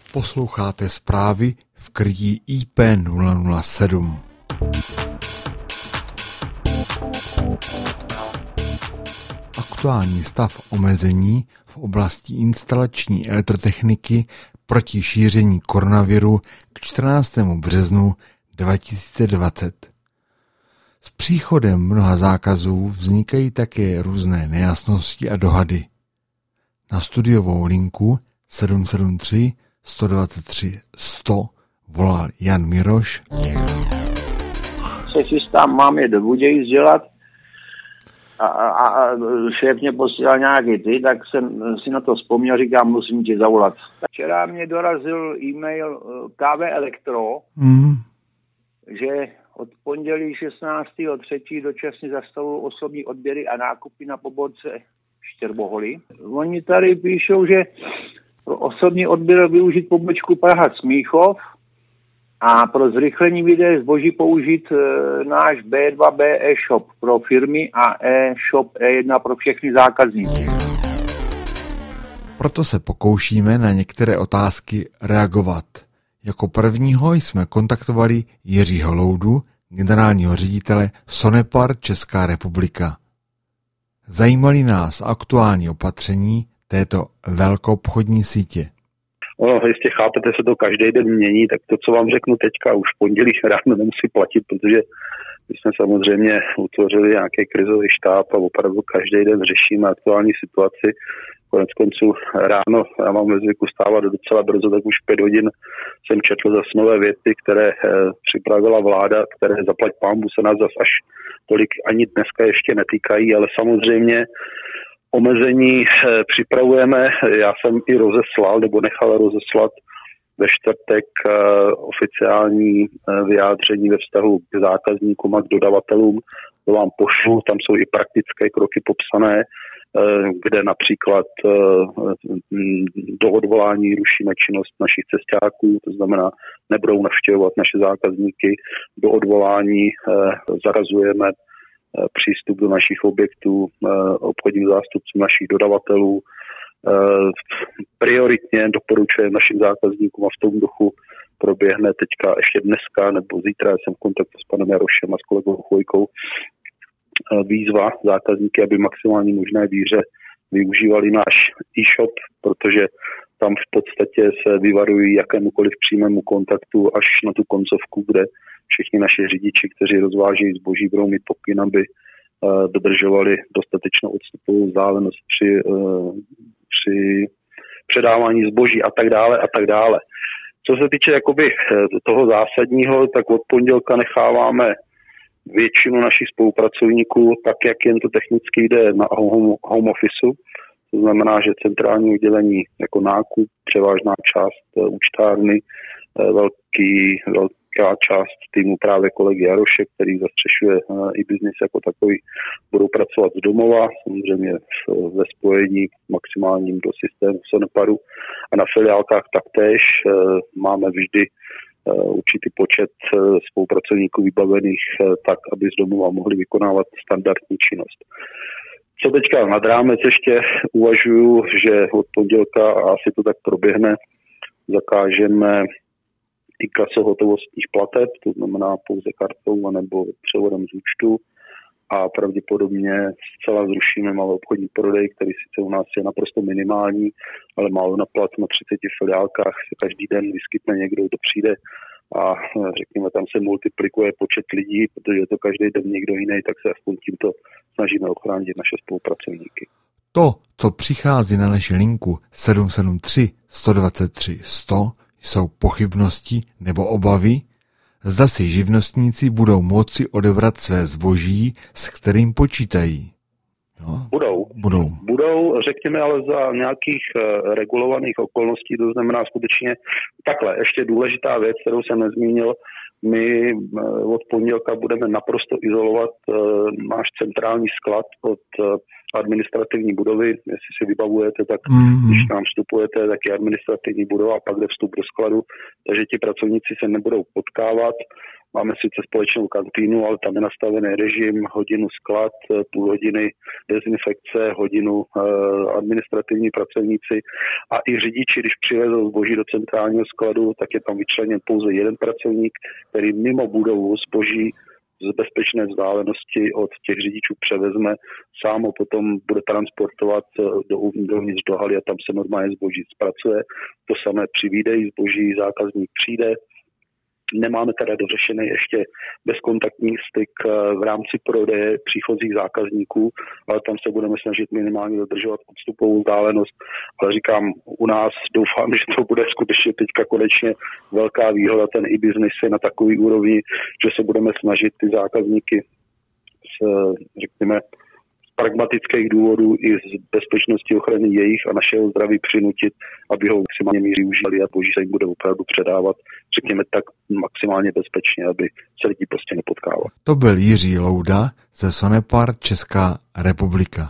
Posloucháte zprávy v krytí IP007. Aktuální stav omezení v oblasti instalační elektrotechniky proti šíření koronaviru k 14. březnu 2020. S příchodem mnoha zákazů vznikají také různé nejasnosti a dohady. Na studiovou linku 773 123 100 volal Jan Miroš. Se chystám, mám je do Budějic dělat a šéf mě posílal nějaký tak jsem si na to vzpomněl, říkám, musím ti zavolat. Včera mě dorazil e-mail KV Elektro, že od pondělí 16.3. dočasně zastavují osobní odběry a nákupy na pobočce Štěrboholy. Oni tady píšou, že pro osobní odběr využít pobočku Praha-Smíchov a pro zrychlení výdeje zboží použít náš B2B e-shop pro firmy a e-shop E1 pro všechny zákazníky. Proto se pokoušíme na některé otázky reagovat. Jako prvního jsme kontaktovali Jiřího Loudu, generálního ředitele Sonepar Česká republika. Zajímaly nás aktuální opatření této velkoobchodní sítě. Jistě chápete, se to každý den mění, tak to, co vám řeknu teďka, už v pondělí ráno nemusí platit, protože my jsme samozřejmě utvořili nějaký krizový štáb a opravdu každý den řešíme aktuální situaci. Konec konců ráno, já mám ve zvyku stávat docela brzo, tak už 5 hodin jsem četl zase nové věci, které připravila vláda, které zaplať pánbu se nás zase až tolik ani dneska ještě netýkají, ale samozřejmě omezení připravujeme. Já jsem i rozeslal, nebo nechal rozeslat ve čtvrtek oficiální vyjádření ve vztahu k zákazníkům a k dodavatelům. To vám pošlu, tam jsou i praktické kroky popsané, kde například do odvolání rušíme činnost našich cestáků, to znamená, nebudou navštěvovat naše zákazníky, do odvolání zakazujeme přístup do našich objektů obchodním zástupcům našich dodavatelů. Prioritně doporučujeme našim zákazníkům a v tom duchu proběhne teďka ještě dneska nebo zítra, jsem v kontaktu s panem Jarošem a s kolegou Chvojkou, výzva zákazníky, aby maximální možné víře využívali náš e-shop, protože tam v podstatě se vyvarují jakémukoliv přímému kontaktu až na tu koncovku, kde všichni naši řidiči, kteří rozvážejí zboží, budou mít pokyn, aby dodržovali dostatečnou odstupovou vzdálenost při předávání zboží a tak dále a tak dále. Co se týče jakoby toho zásadního, tak od pondělka necháváme většinu našich spolupracovníků, tak jak jen to technicky jde, na home officeu. To znamená, že centrální oddělení jako nákup, převážná část účtárny, velká část týmu právě kolegy Jaroše, který zastřešuje i biznis jako takový, budou pracovat z domova, samozřejmě ve spojení maximálním do systému Soneparu. A na filiálkách taktéž máme vždy určitý počet spolupracovníků vybavených tak, aby z domova mohli vykonávat standardní činnost. Co teďka nad rámec ještě uvažuju, že od pondělka, a asi to tak proběhne, zakážeme inkaso hotovostních plateb, to znamená pouze kartou nebo převodem z účtu, a pravděpodobně zcela zrušíme malý obchodní prodej, který sice u nás je naprosto minimální, ale málo na plat na 30 filiálkách se každý den vyskytne někdo, kdo přijde a řekněme, tam se multiplikuje počet lidí, protože je to každý den někdo jiný, tak se aspoň tímto snažíme ochránit naše spolupracovníky. To, co přichází na naši linku 773 123 100, jsou pochybnosti nebo obavy, zda si živnostníci budou moci odebrat své zboží, s kterým počítají. Jo? Budou, řekněme, ale za nějakých regulovaných okolností, to znamená skutečně takhle. Ještě důležitá věc, kterou jsem nezmínil, my od pondělka budeme naprosto izolovat náš centrální sklad od administrativní budovy. Jestli si vybavujete, tak když tam vstupujete, tak je administrativní budova a pak jde vstup do skladu, takže ti pracovníci se nebudou potkávat. Máme sice společnou kantýnu, ale tam je nastavený režim, hodinu sklad, půl hodiny dezinfekce, hodinu administrativní pracovníci a i řidiči, když přivezou zboží do centrálního skladu, tak je tam vyčleněn pouze jeden pracovník, který mimo budovu zboží z bezpečné vzdálenosti od těch řidičů převezme, sám ho potom bude transportovat dovnitř do haly a tam se normálně zboží zpracuje. To samé při výdeji zboží zákazník přijde. Nemáme teda dořešený ještě bezkontaktní styk v rámci prodeje příchozích zákazníků, ale tam se budeme snažit minimálně dodržovat odstupovou vzdálenost. Ale říkám, u nás doufám, že to bude skutečně teďka konečně velká výhoda, ten e-business je na takový úrovni, že se budeme snažit ty zákazníky řekněme, pragmatických důvodů i z bezpečnosti ochrany jejich a našeho zdraví přinutit, aby ho maximálně míří užívali a boží se jim bude opravdu předávat, řekněme tak maximálně bezpečně, aby se lidi prostě nepotkávali. To byl Jiří Louda ze Sonepar Česká republika.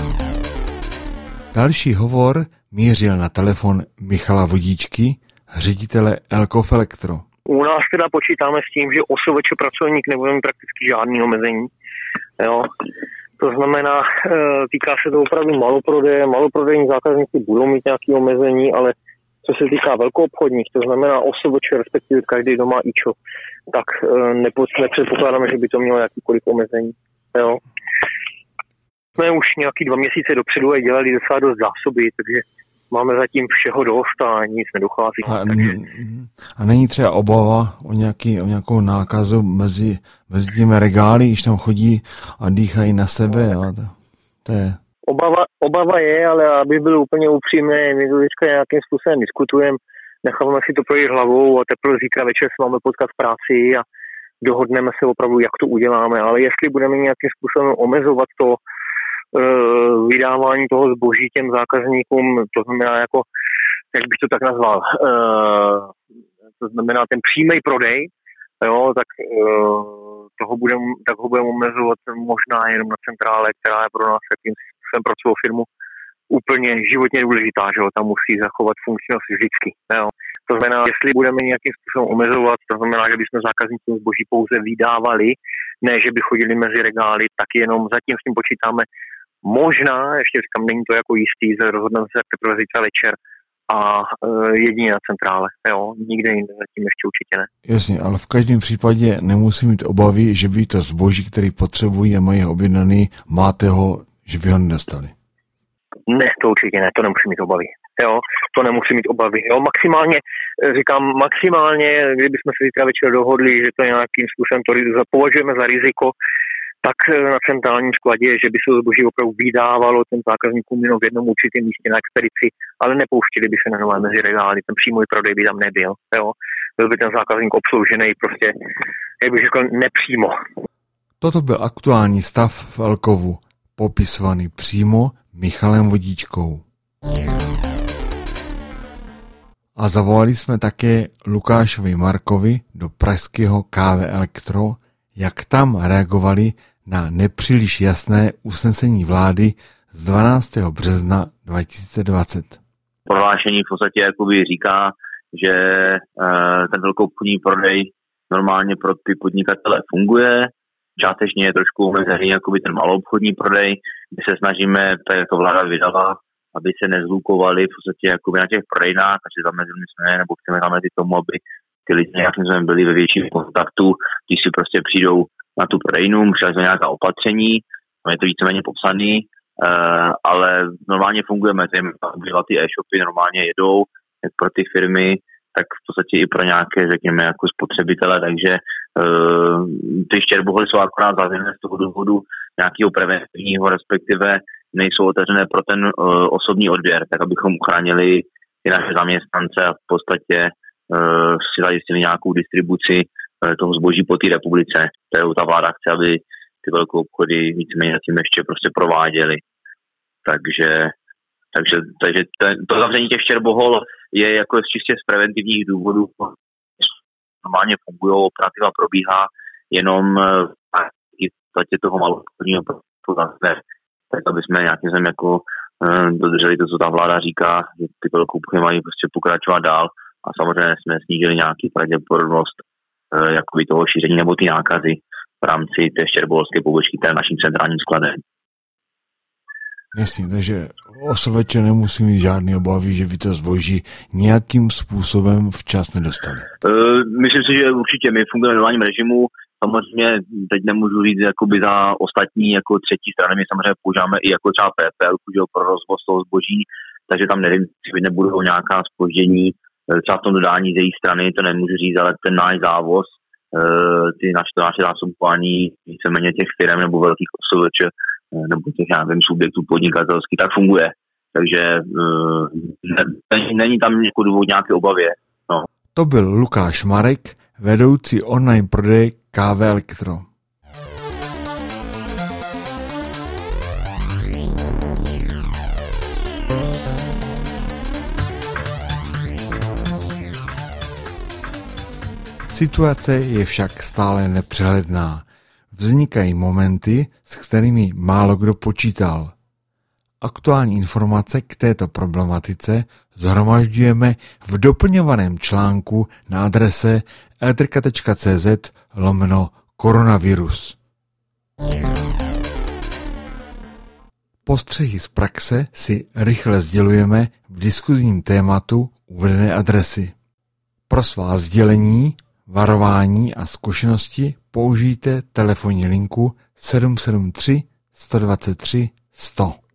Další hovor mířil na telefon Michala Vodíčky, ředitele Elkov Elektro. U nás teda počítáme s tím, že OSVČ pracovník nebude mít prakticky žádný omezení. Jo. To znamená, týká se to opravdu maloprodeje. Maloprodejní zákazníci budou mít nějaké omezení, ale co se týká velkoobchodních, to znamená OSVČ, respektive každý doma ičo, tak nepředpokládáme, že by to mělo jakýkoliv omezení. Jo. Jsme už nějaký 2 měsíce dopředu a dělali docela dost zásoby, takže máme zatím všeho dost a nic nedochází. A není třeba obava o nějakou nákazu mezi těmi regály, když tam chodí a dýchají na sebe? Jo? To je... Obava je, ale aby byl úplně upřímný, my to teďka nějakým způsobem diskutujeme, necháváme si to projít hlavou a teprve zítra večer se máme potkat v práci a dohodneme se opravdu, jak to uděláme, ale jestli budeme nějakým způsobem omezovat to vydávání toho zboží těm zákazníkům, to znamená jako, jak bych to tak nazval, to znamená ten přímý prodej, jo, tak ho budeme omezovat možná jenom na centrále, která je pro nás jakým způsobem pro celou firmu úplně životně důležitá, že jo, tam musí zachovat funkčnost vždycky, jo. To znamená, jestli budeme nějakým způsobem omezovat, to znamená, že bychom zákazníkům zboží pouze vydávali, ne, že by chodili mezi regály, tak jenom zatím s tím počítáme. Možná, ještě říkám, není to jako jistý, rozhodneme se teprve zítra večer a jedině na centrále, jo, nikde jinde zatím ještě určitě ne. Jasně, ale v každém případě nemusí mít obavy, že by to zboží, který potřebují a mají ho objednaný, máte ho, že by ho nedostali. Ne, to určitě ne, to nemusí mít obavy. Jo, to nemusí mít obavy. Jo, maximálně, kdybychom se zítra večer dohodli, že to nějakým způsobem to považujeme za riziko, tak na centrálním skladě, že by se zboží opravdu vydávalo těm zákazníkům jenom v jednom určitém místě na expedici, ale nepouštili by se na nové mezi regály, ten přímý prodej by tam nebyl. Jo. Byl by ten zákazník obsloužený prostě, jak bych řekl, nepřímo. Toto byl aktuální stav v Elkovu, popisovaný přímo Michalem Vodíčkou. A zavolali jsme také Lukášovi Markovi do pražského KV Elektro, jak tam reagovali na nepříliš jasné usnesení vlády z 12. března 2020. Prohlášení v podstatě jakoby říká, že ten velkoobchodní prodej normálně pro ty podnikatele funguje, částečně je trošku omezený jakoby ten maloobchodní prodej, my se snažíme, tak jak to vláda vydala, aby se nezlukovali v podstatě jakoby na těch prodejnách, takže zamezili jsme, nebo chceme zamezit tomu, aby ty lidi nějakým způsobem byli ve větším kontaktu, když si prostě přijdou na tu prodejnu, přijali jsme nějaká opatření, je to víceméně popsaný, ale normálně fungujeme, ty e-shopy normálně jedou, jak pro ty firmy, tak v podstatě i pro nějaké, řekněme, jako spotřebitele, takže ty štěrboholy jsou akorát zavřené z toho důvodu nějakého preventivního, respektive nejsou otevřené pro ten osobní odběr, tak abychom uchránili ty naše zaměstnance a v podstatě si zajistili nějakou distribuci toho zboží po té republice, kterou ta vláda chce, aby ty velké obchody víceméně tím ještě prostě prováděly. Takže to zavření těch štěrbohol je jako čistě z preventivních důvodů. Normálně fungují, operativa probíhá, jenom v podstatě toho maloobchodního provozu tak aby jsme nějakým způsobem jako dodrželi to, co ta vláda říká, že ty velkoobchody mají prostě pokračovat dál a samozřejmě jsme snížili nějaký pravděpodobnost jakoby toho šíření nebo ty nákazy v rámci té štěrboholské pobočky, které je naším centrálním skladem. Jasně, takže osoveče nemusí mít žádný obavy, že by to zboží nějakým způsobem včas nedostali. Myslím si, že určitě my fungujeme v normálním režimu. Samozřejmě teď nemůžu říct jakoby za ostatní jako třetí strany, my samozřejmě používáme i jako třeba PPL pro rozvoz toho zboží, takže tam nevím, jestli nebudou nějaká zpoždění třeba v tom dodání z její strany, to nemůžu říct, ale ten náš závoz, naše zásobování víceméně těch firm nebo velkých osobeč nebo těch, já nevím, subjektů podnikatelských, tak funguje. Takže není tam jako důvod nějaké obavě. No. To byl Lukáš Marek, vedoucí online prodeje KV Elektro. Situace je však stále nepřehledná. Vznikají momenty, s kterými málo kdo počítal. Aktuální informace k této problematice shromažďujeme v doplňovaném článku na adrese elektrika.cz/koronavirus. Postřehy z praxe si rychle sdělujeme v diskuzním tématu uvedené adresy. Pro svá sdělení, varování a zkušenosti použijte telefonní linku 773 123 100.